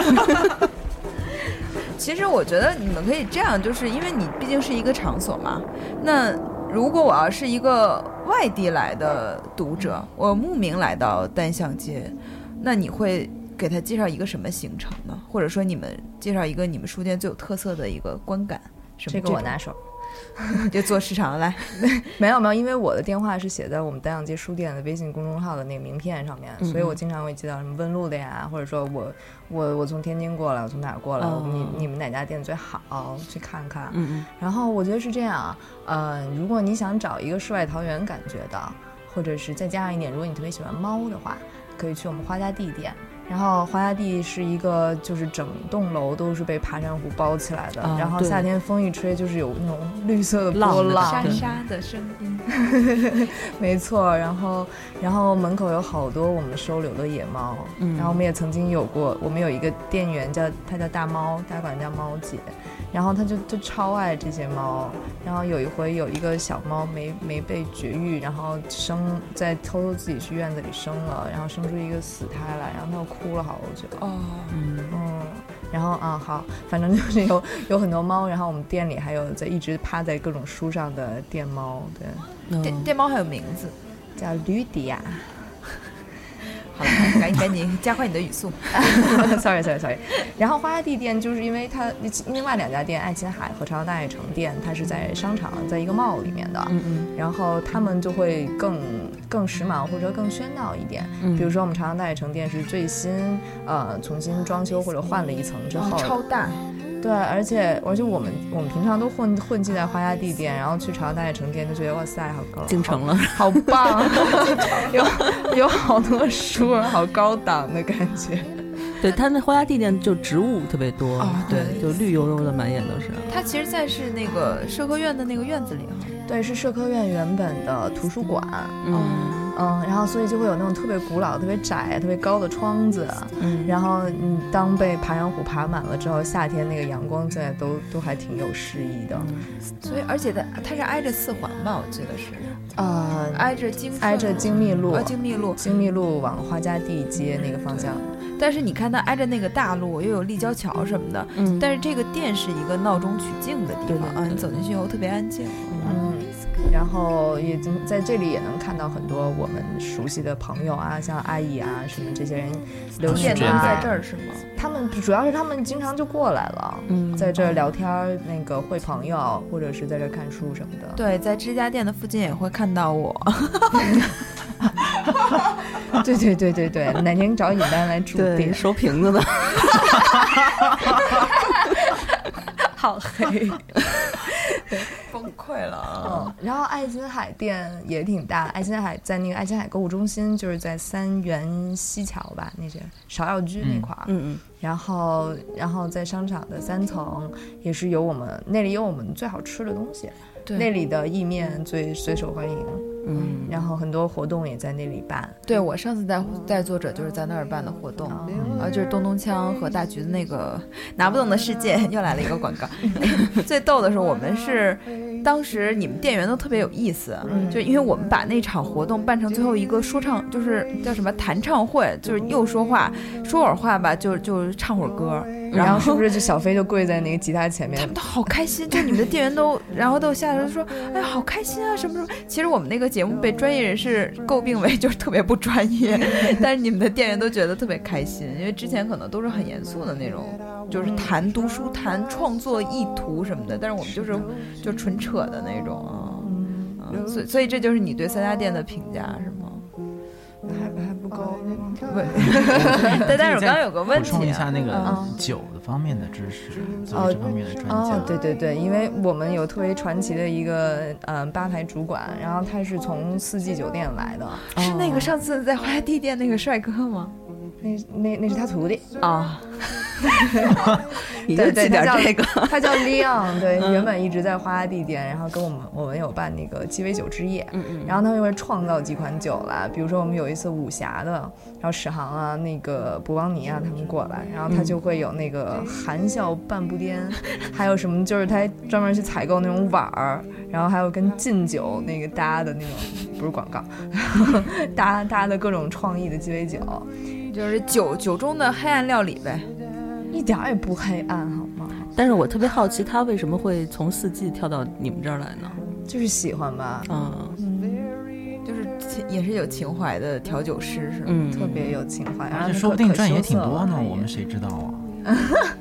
其实我觉得你们可以这样，就是因为你毕竟是一个场所嘛。那如果我要是一个外地来的读者，我慕名来到单向街，那你会给他介绍一个什么行程呢？或者说你们介绍一个你们书店最有特色的一个观感？ 这个我拿手。 就做市场来。 没有，因为我的电话是写在我们单向街书店的微信公众号的那个名片上面，所以我经常会接到什么问路的呀，或者说我从天津过来，我从哪儿过来，你们哪家店最好去看看。然后我觉得是这样，如果你想找一个世外桃源感觉的，或者是再加上一点，如果你特别喜欢猫的话，可以去我们花家地店。然后花家地是一个就是整栋楼都是被爬山虎包起来的，然后夏天风一吹就是有那种绿色的波浪， 沙沙的声音。 没错，然后门口有好多我们收留的野猫，然后我们也曾经有过，我们有一个店员她叫大猫，大家管她叫猫姐，然后她就超爱这些猫，然后有一回有一个小猫没被绝育，然后在偷偷自己去院子里生了，然后生出一个死胎来，然后她哭了好久。然后好，反正就是有很多猫，然后我们店里还有一直趴在各种书上的电猫，对， 电猫还有名字， 叫吕迪亚。 好了，赶紧加快你的语速。 sorry。然后花家地店就是因为另外2家店爱琴海和朝阳大悦城店，它是在商场，在一个 mall 里面的，然后他们就会更时髦或者更喧闹一点。比如说我们朝阳大悦城店是最新重新装修或者换了一层之后， 超大。 对，而且我们平常都混迹在花家地店，然后去朝阳大悦城店就觉得哇塞，好高， 进城了， 好棒，有好多书，好高档的感觉。 对，他那花家地店就植物特别多对，就绿油油的，满眼都是。 它其实在是那个社科院的那个院子里对，是社科院原本的图书馆。然后所以就会有那种特别古老、特别窄、特别高的窗子。然后当被爬山虎爬满了之后，夏天那个阳光现在都还挺有诗意的。 所以而且它是挨着4环吧，我记得是。挨着精密路往花家地街那个方向。 但是你看它挨着那个大路，又有立交桥什么的。但是这个店是一个闹中取静的地方你走进去以后特别安静。 然后也在这里也能看到很多我们熟悉的朋友啊，像阿姨啊什么这些人留店在这儿是吗？ 他们主要是他们经常就过来了，在这儿聊天，那个会朋友，或者是在这儿看书什么的。 对，在这家店的附近也会看到我。 对，哪天找尹丹来驻店收瓶子的。 好黑。 崩溃了。 然后爱琴海店也挺大，爱琴海在那个爱琴海购物中心，就是在3元西桥吧，那些芍药居那块儿。然后在商场的3层也是那里有我们最好吃的东西。那里的意面最受欢迎。然后很多活动也在那里办。 对，我上次带作者就是在那儿办的活动，就是东东锵和大橘子那个拿不动的世界，又来了一个广告。最逗的是我们是当时你们店员都特别有意思，就因为我们把那场活动办成最后一个说唱，就是叫什么弹唱会，就是又说话说会儿话吧，就唱会儿歌。 然后是不是就小飞就跪在那个吉他前面， 他们都好开心，就你们的店员都然后都下来说哎好开心啊什么什么。其实我们那个节目被专业人士诟病为就是特别不专业，但是你们的店员都觉得特别开心，因为之前可能都是很严肃的那种，就是谈读书谈创作意图什么的，但是我们就纯扯的那种所以这就是你对三家店的评价是吗？ 还不够。 但是我刚刚有个问题， 补充一下那个酒的方面的知识，作为这方面的专家。 对，因为我们有特别传奇的一个吧台主管，然后他是从四季酒店来的， 是那个上次在花地店那个帅哥吗？ 那是他徒弟啊。 你就记点这个， 他叫 Leon， 对，原本一直在花地店，然后跟我们有办那个鸡尾酒之夜，然后他们会创造几款酒来，比如说我们有一次武侠的，然后史航啊、那个博邦尼啊他们过来，然后他就会有那个含笑半步癫，还有什么就是他专门去采购那种碗儿，然后还有跟劲酒那个搭的那种，不是广告，搭的各种创意的鸡尾酒， 就是酒中的黑暗料理呗。 一点也不黑暗好吗？ 但是我特别好奇他为什么会从四季跳到你们这儿来呢？ 就是喜欢吧， 就是也是有情怀的调酒师是吗？ 特别有情怀， 而且说不定赚也挺多呢，我们谁知道啊？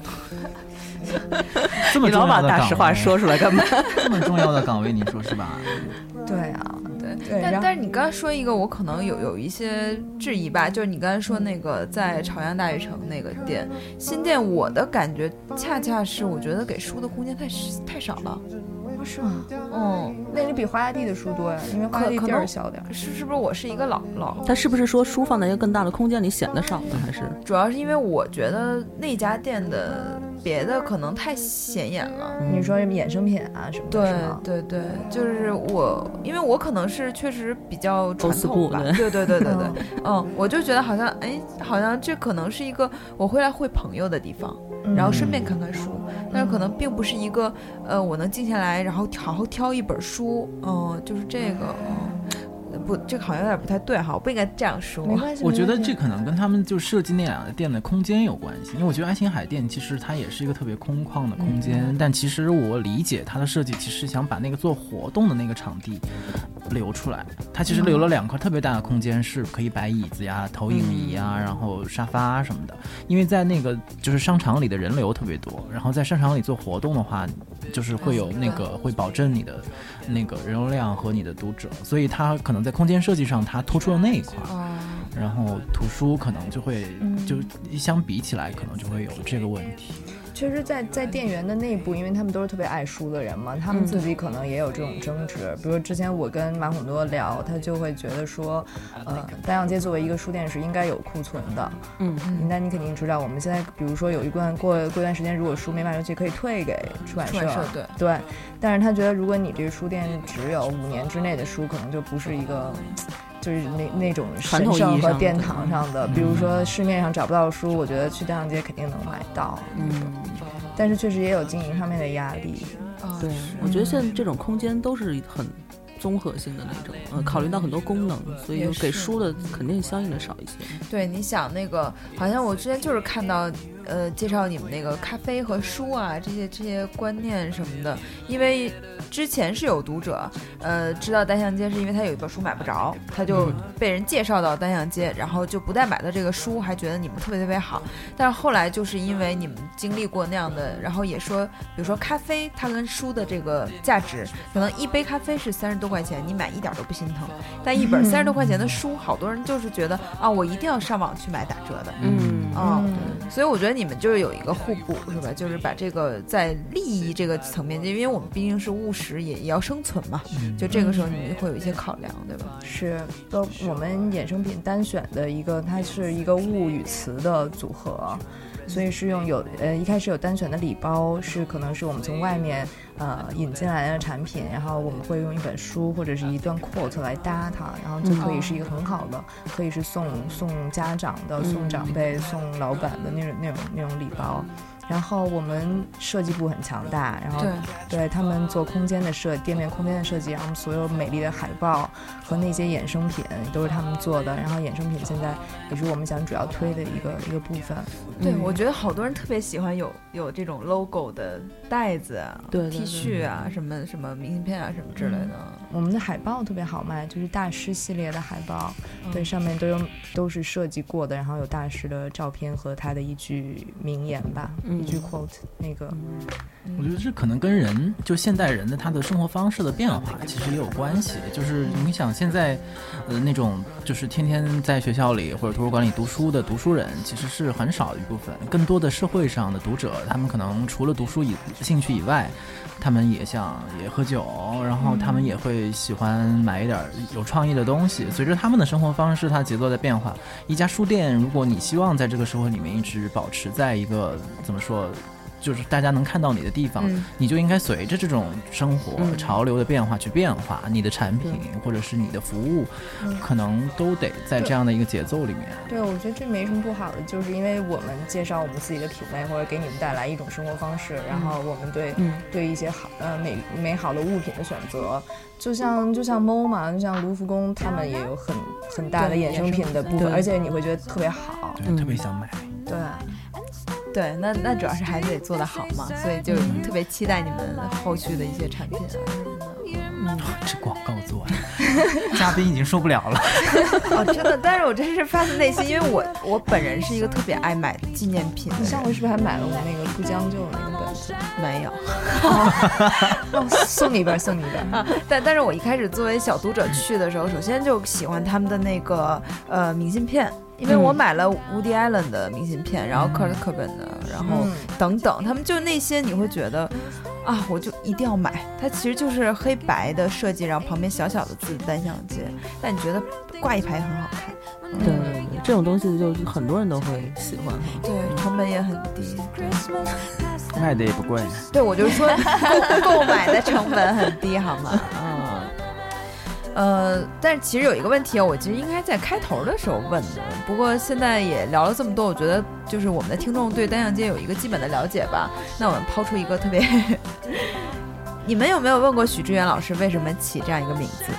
这么重要的岗位，你老把大实话说出来干嘛？ 这么重要的岗位，你说是吧？ 对啊，对。 但是你刚才说一个，我可能有一些质疑吧，就是你刚才说那个在朝阳大悦城那个店新店，我的感觉恰恰是我觉得给书的空间太少了。 是吗？那你比花家地的书多呀，因为花家地地儿小点。 是不是我是一个老？ 他是不是说书放在一个更大的空间里显得少呢？还是主要是因为我觉得那家店的别的可能太显眼了。 你说衍生品啊什么的？ 对，就是因为我可能是确实比较传统吧。对，我就觉得好像这可能是一个我会来会朋友的地方。然后顺便看看书，但是可能并不是一个我能静下来然后好好挑一本书，就是这个不，这个好像有点不太对哈，我不应该这样说。 我觉得这可能跟他们就设计那两个店的空间有关系，因为我觉得爱琴海店其实它也是一个特别空旷的空间，但其实我理解它的设计其实想把那个做活动的那个场地留出来，它其实留了2块特别大的空间，是可以摆椅子呀、投影仪啊，然后沙发什么的。因为在那个就是商场里的人流特别多，然后在商场里做活动的话，就是会有那个会保证你的那个人流量和你的读者，所以它可能在空间设计上它突出了那一块，然后图书可能就会就相比起来可能就会有这个问题。 确实在店员的内部，因为他们都是特别爱书的人嘛，他们自己可能也有这种争执。比如之前我跟马孔多聊，他就会觉得说，单阳街作为一个书店是应该有库存的。那你肯定知道，我们现在比如说有一段过一段时间，如果书没卖出去，可以退给出版社。对。但是他觉得，如果你这个书店只有5年之内的书，可能就不是一个。就是那种神圣和殿堂上的，比如说市面上找不到书，我觉得去单阳街肯定能买到。但是确实也有经营上面的压力。 对，我觉得现在这种空间都是很综合性的那种，考虑到很多功能，所以给书的肯定相应的少一些。 对，你想那个，好像我之前就是看到，介绍你们那个咖啡和书啊，这些观念什么的，因为之前是有读者，知道单向街是因为他有一本书买不着，他就被人介绍到单向街，然后就不但买到这个书，还觉得你们特别特别好。但是后来就是因为你们经历过那样的，然后也说，比如说咖啡，它跟书的这个价值，可能一杯咖啡是30多块钱，你买一点都不心疼，但一本30多块钱的书，好多人就是觉得啊，我一定要上网去买打折的。所以我觉得你们就是有一个互补，是吧？就是把这个在利益这个层面，因为我们毕竟是务实，也要生存嘛，就这个时候你们会有一些考量，对吧？ 是，我们衍生品单选的一个，它是一个物与词的组合。所以是用一开始有单选的礼包，是可能是我们从外面引进来的产品，然后我们会用一本书或者是一段 quote 来搭它，然后就可以是一个很好的，可以是送家长的、送长辈、送老板的那种礼包。 然后我们设计部很强大，然后对他们做空间的店面空间的设计，然后所有美丽的海报和那些衍生品都是他们做的，然后衍生品现在也是我们想主要推的一个部分。 对，我觉得好多人特别喜欢有这种 logo 的袋子啊， 对 T 恤啊，什么什么明信片啊什么之类的。 我们的海报特别好卖，就是大师系列的海报，对，上面都是设计过的，然后有大师的照片和他的一句名言吧，一句 quote 那个。 我觉得这可能跟人就现代人的他的生活方式的变化其实也有关系。就是你想现在那种就是天天在学校里或者图书馆里读书的读书人其实是很少的一部分，更多的社会上的读者，他们可能除了读书兴趣以外，他们也喝酒，然后他们也会喜欢买一点有创意的东西。随着他们的生活方式它节奏在变化，一家书店如果你希望在这个社会里面一直保持在一个怎么说就是大家能看到你的地方，你就应该随着这种生活潮流的变化去变化，你的产品或者是你的服务可能都得在这样的一个节奏里面。 对，我觉得这没什么不好的，就是因为我们介绍我们自己的品味，或者给你们带来一种生活方式，然后我们对一些美好的物品的选择，就像 MoMA， 就像卢浮宫，他们也有很大的衍生品的部分，而且你会觉得特别好， 对，特别想买。 对，那主要是还得做得好嘛，所以就特别期待你们后续的一些产品啊什么的。 这广告做完，嘉宾已经受不了了。 真的，但是我真是发自内心，因为我本人是一个特别爱买纪念品的人。 你上回是不是还买了我那个不将就的那个本子？ 没有。 送你一本啊！ 但是我一开始作为小读者去的时候，首先就喜欢他们的那个明信片。因为我买了Woody Allen 的明信片，然后Kurt Cobain的，然后等等，他们就那些你会觉得啊，我就一定要买。它其实就是黑白的设计，然后旁边小小的字单向街，但你觉得挂一排很好看。 对，这种东西就很多人都会喜欢。 对，成本也很低， 卖的也不贵。 对，我就说购买的成本很低，好吗？但是其实有一个问题我其实应该在开头的时候问的，不过现在也聊了这么多，我觉得就是我们的听众对单向街有一个基本的了解吧。那我们抛出一个特别你们有没有问过许知远老师为什么起这样一个名字？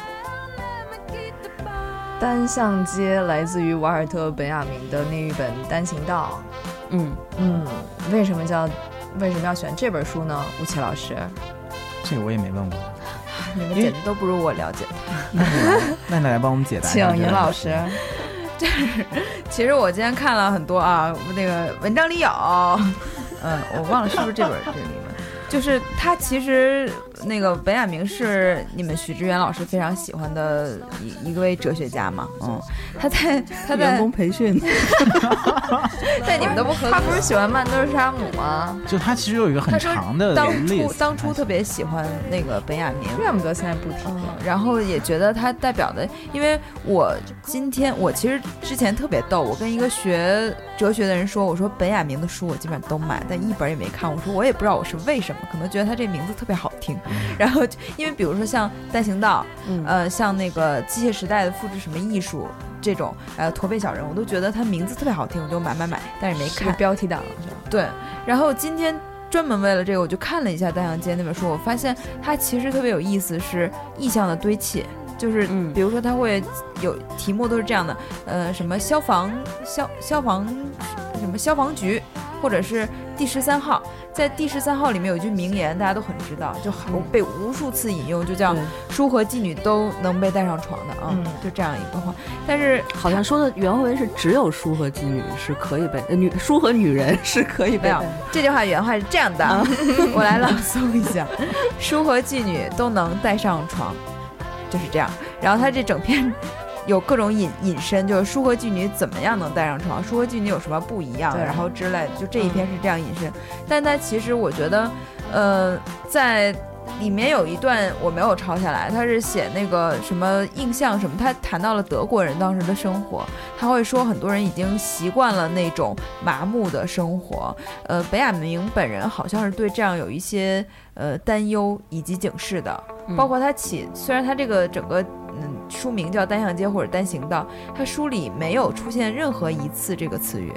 单向街来自于瓦尔特·本雅明的那一本《单行道》。为什么要选这本书呢？吴奇老师， 这个我也没问过。 你们简直都不如我了解他。 那你来帮我们解答一下。 请尹老师。 其实我今天看了很多那个文章里有，我忘了是不是这本这里面，就是他其实那个本雅明是你们许知远老师非常喜欢的一位哲学家嘛，他在员工培训， 但你们都不合格。 他不是喜欢曼德沙姆吗？ 就他其实有一个很长的当初特别喜欢那个本雅明， 怪不得现在不提了。 然后也觉得他代表的，因为我其实之前特别逗，我跟一个学哲学的人说，我说本雅明的书我基本上都买，但一本也没看。我说我也不知道我是为什么，可能觉得他这名字特别好听。然后因为比如说像单行道，像那个机械时代的复制什么艺术这种，驼背小人，我都觉得他名字特别好听，我就买，但是没看。 是标题党是吧？ 对。然后今天专门为了这个，我就看了一下单向街那本书，我发现它其实特别有意思，是意象的堆砌。就是比如说它会有题目都是这样的，什么消防什么消防局，或者是第13号，在第13号里面有一句名言，大家都很知道，就被无数次引用，就叫书和妓女都能被带上床的就这样一个话。但是好像说的原文是只有书和妓女是可以被书和女人是可以被这句话原话是这样的，我来朗诵一下：书和妓女都能带上床，就是这样。然后他这整篇有各种引申，就是书和妓女怎么样能带上床，书和妓女有什么不一样，然后之类的，就这一篇是这样引申。但他其实我觉得在里面有一段我没有抄下来，他是写那个什么印象什么，他谈到了德国人当时的生活，他会说很多人已经习惯了那种麻木的生活。本雅明本人好像是对这样有一些担忧以及警示的，包括他虽然他这个整个书名叫单向街或者单行道，他书里没有出现任何一次这个词语，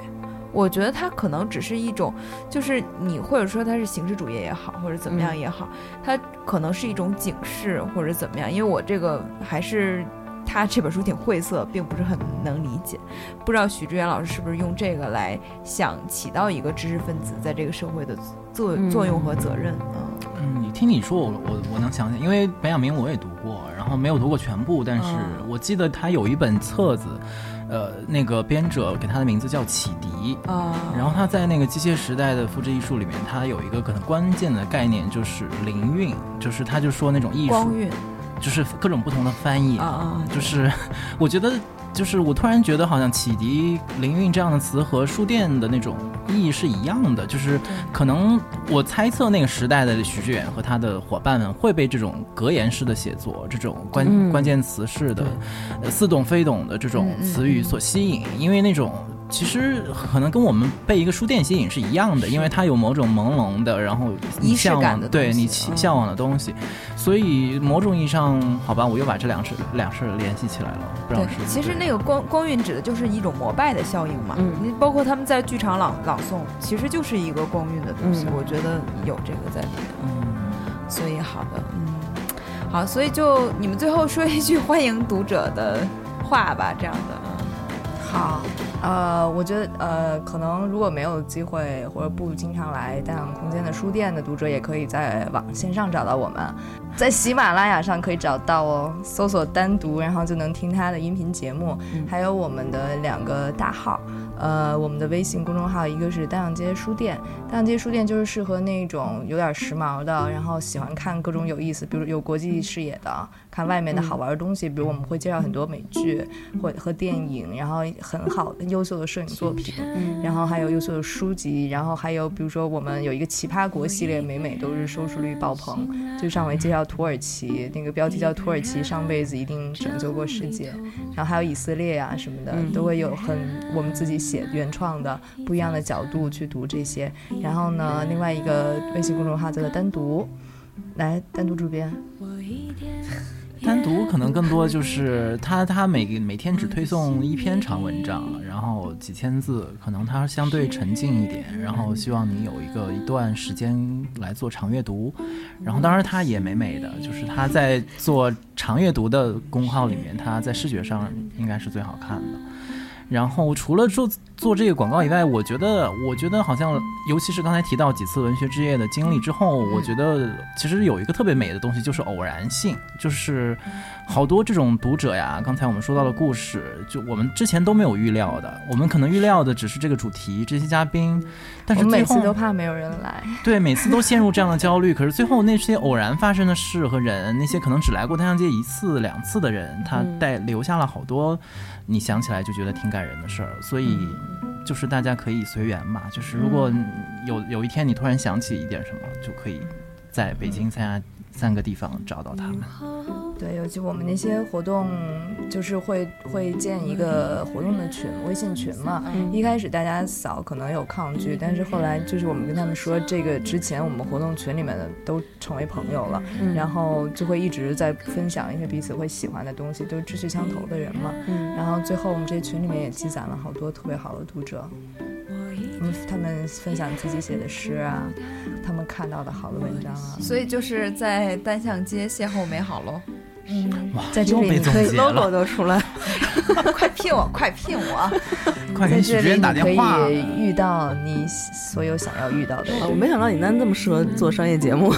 我觉得它可能只是一种，就是你或者说它是形式主义也好，或者怎么样也好，它可能是一种警示或者怎么样。因为我这个还是他这本书挺晦涩，并不是很能理解。不知道许知远老师是不是用这个来想起到一个知识分子在这个社会的作用和责任你听你说我能想起，因为本雅明我也读过，然后没有读过全部，但是我记得他有一本册子。那个编者给他的名字叫启迪然后他在那个机械时代的复制艺术里面，他有一个可能关键的概念就是灵韵，就是他就说那种艺术光晕， 就是各种不同的翻译就是我觉得就是我突然觉得好像启迪灵韵这样的词和书店的那种意义是一样的，就是可能我猜测那个时代的许知远和他的伙伴们会被这种格言式的写作，这种关键词式的似懂非懂的这种词语所吸引，因为那种其实可能跟我们被一个书店吸引是一样的，因为它有某种朦胧的，然后仪式感的东西， 对你向往的东西，所以某种意义上，好吧，我又把这两事联系起来了。不知道是其实那个光晕指的就是一种膜拜的效应嘛，你包括他们在剧场朗诵，其实就是一个光晕的东西，我觉得有这个在里面。所以好的，好，所以就你们最后说一句欢迎读者的话吧，这样的。 好，我觉得可能如果没有机会或者不经常来大洋空间的书店的读者，也可以在线上找到我们，在喜马拉雅上可以找到哦，搜索单独，然后就能听他的音频节目，还有我们的2个大号。我们的微信公众号，一个是大洋街书店，大洋街书店就是适合那种有点时髦的，然后喜欢看各种有意思，比如有国际视野的，看外面的好玩的东西，比如我们会介绍很多美剧和电影，然后很好的优秀的摄影作品，然后还有优秀的书籍，然后还有比如说我们有一个奇葩国系列，每都是收视率爆棚，就上回介绍土耳其，那个标题叫土耳其上辈子一定拯救过世界，然后还有以色列啊什么的，都会有我们自己写原创的不一样的角度去读这些。然后呢，另外一个微信公众号叫做单独，来单独主编。 单独可能更多就是他每天只推送1篇长文章，然后几千字，可能他相对沉静一点，然后希望你有一段时间来做长阅读，然后当然他也美的，就是他在做长阅读的公号里面，他在视觉上应该是最好看的。然后除了做这个广告以外，我觉得好像，尤其是刚才提到几次文学之夜的经历之后，我觉得其实有一个特别美的东西，就是偶然性，就是好多这种读者呀，刚才我们说到的故事，就我们之前都没有预料的，我们可能预料的只是这个主题，这些嘉宾，但是我每次都怕没有人来， 对，每次都陷入这样的焦虑，可是最后那些偶然发生的事和人，那些可能只来过太阳街1次2次的人，他留下了好多你想起来就觉得挺感人的事儿，所以就是大家可以随缘嘛，就是如果有一天你突然想起一点什么，就可以在北京3个地方找到他们。 对，尤其我们那些活动就是会建一个活动的群，微信群嘛，一开始大家扫可能有抗拒，但是后来就是我们跟他们说，这个之前我们活动群里面的都成为朋友了，然后就会一直在分享一些彼此会喜欢的东西，都是志趣相投的人嘛，然后最后我们这群里面也积攒了好多特别好的读者，他们分享自己写的诗啊，他们看到的好的文章啊， 所以就是在单向街邂逅美好喽。 哇， 在这里你可以 logo 都出来， 快聘我，快聘我！ 快给许知远打电话。 可以遇到你所有想要遇到的人。 我没想到你这么适合做商业节目。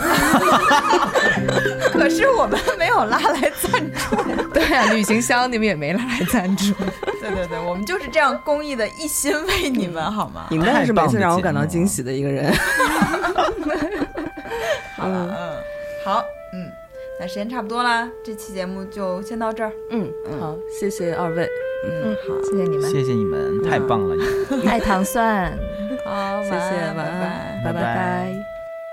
可是我们没有拉来赞助。 对啊，旅行箱你们也没拉来赞助。 对，我们就是这样公益的一心为你们，好吗？ 你们真是每次让我感到惊喜的一个人。 好了，好，那时间差不多啦，这期节目就先到这儿。 好，谢谢2位。 好， 谢谢你们， 谢谢你们，太棒了， 爱糖蒜。 好， 谢谢， 拜拜， 拜拜。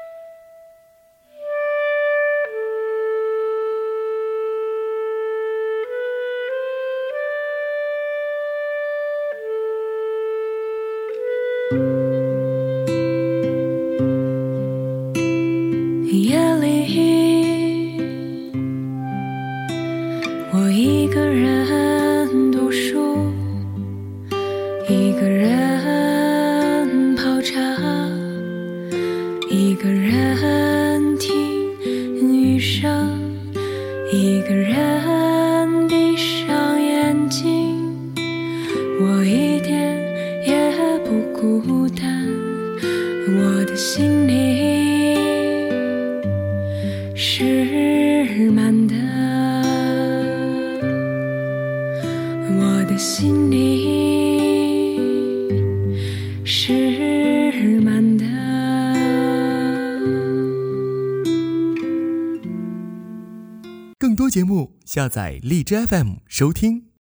夜里，我一个人读书，一个人心里是满的，我的心里是满的。 更多节目下载荔枝 FM 收听。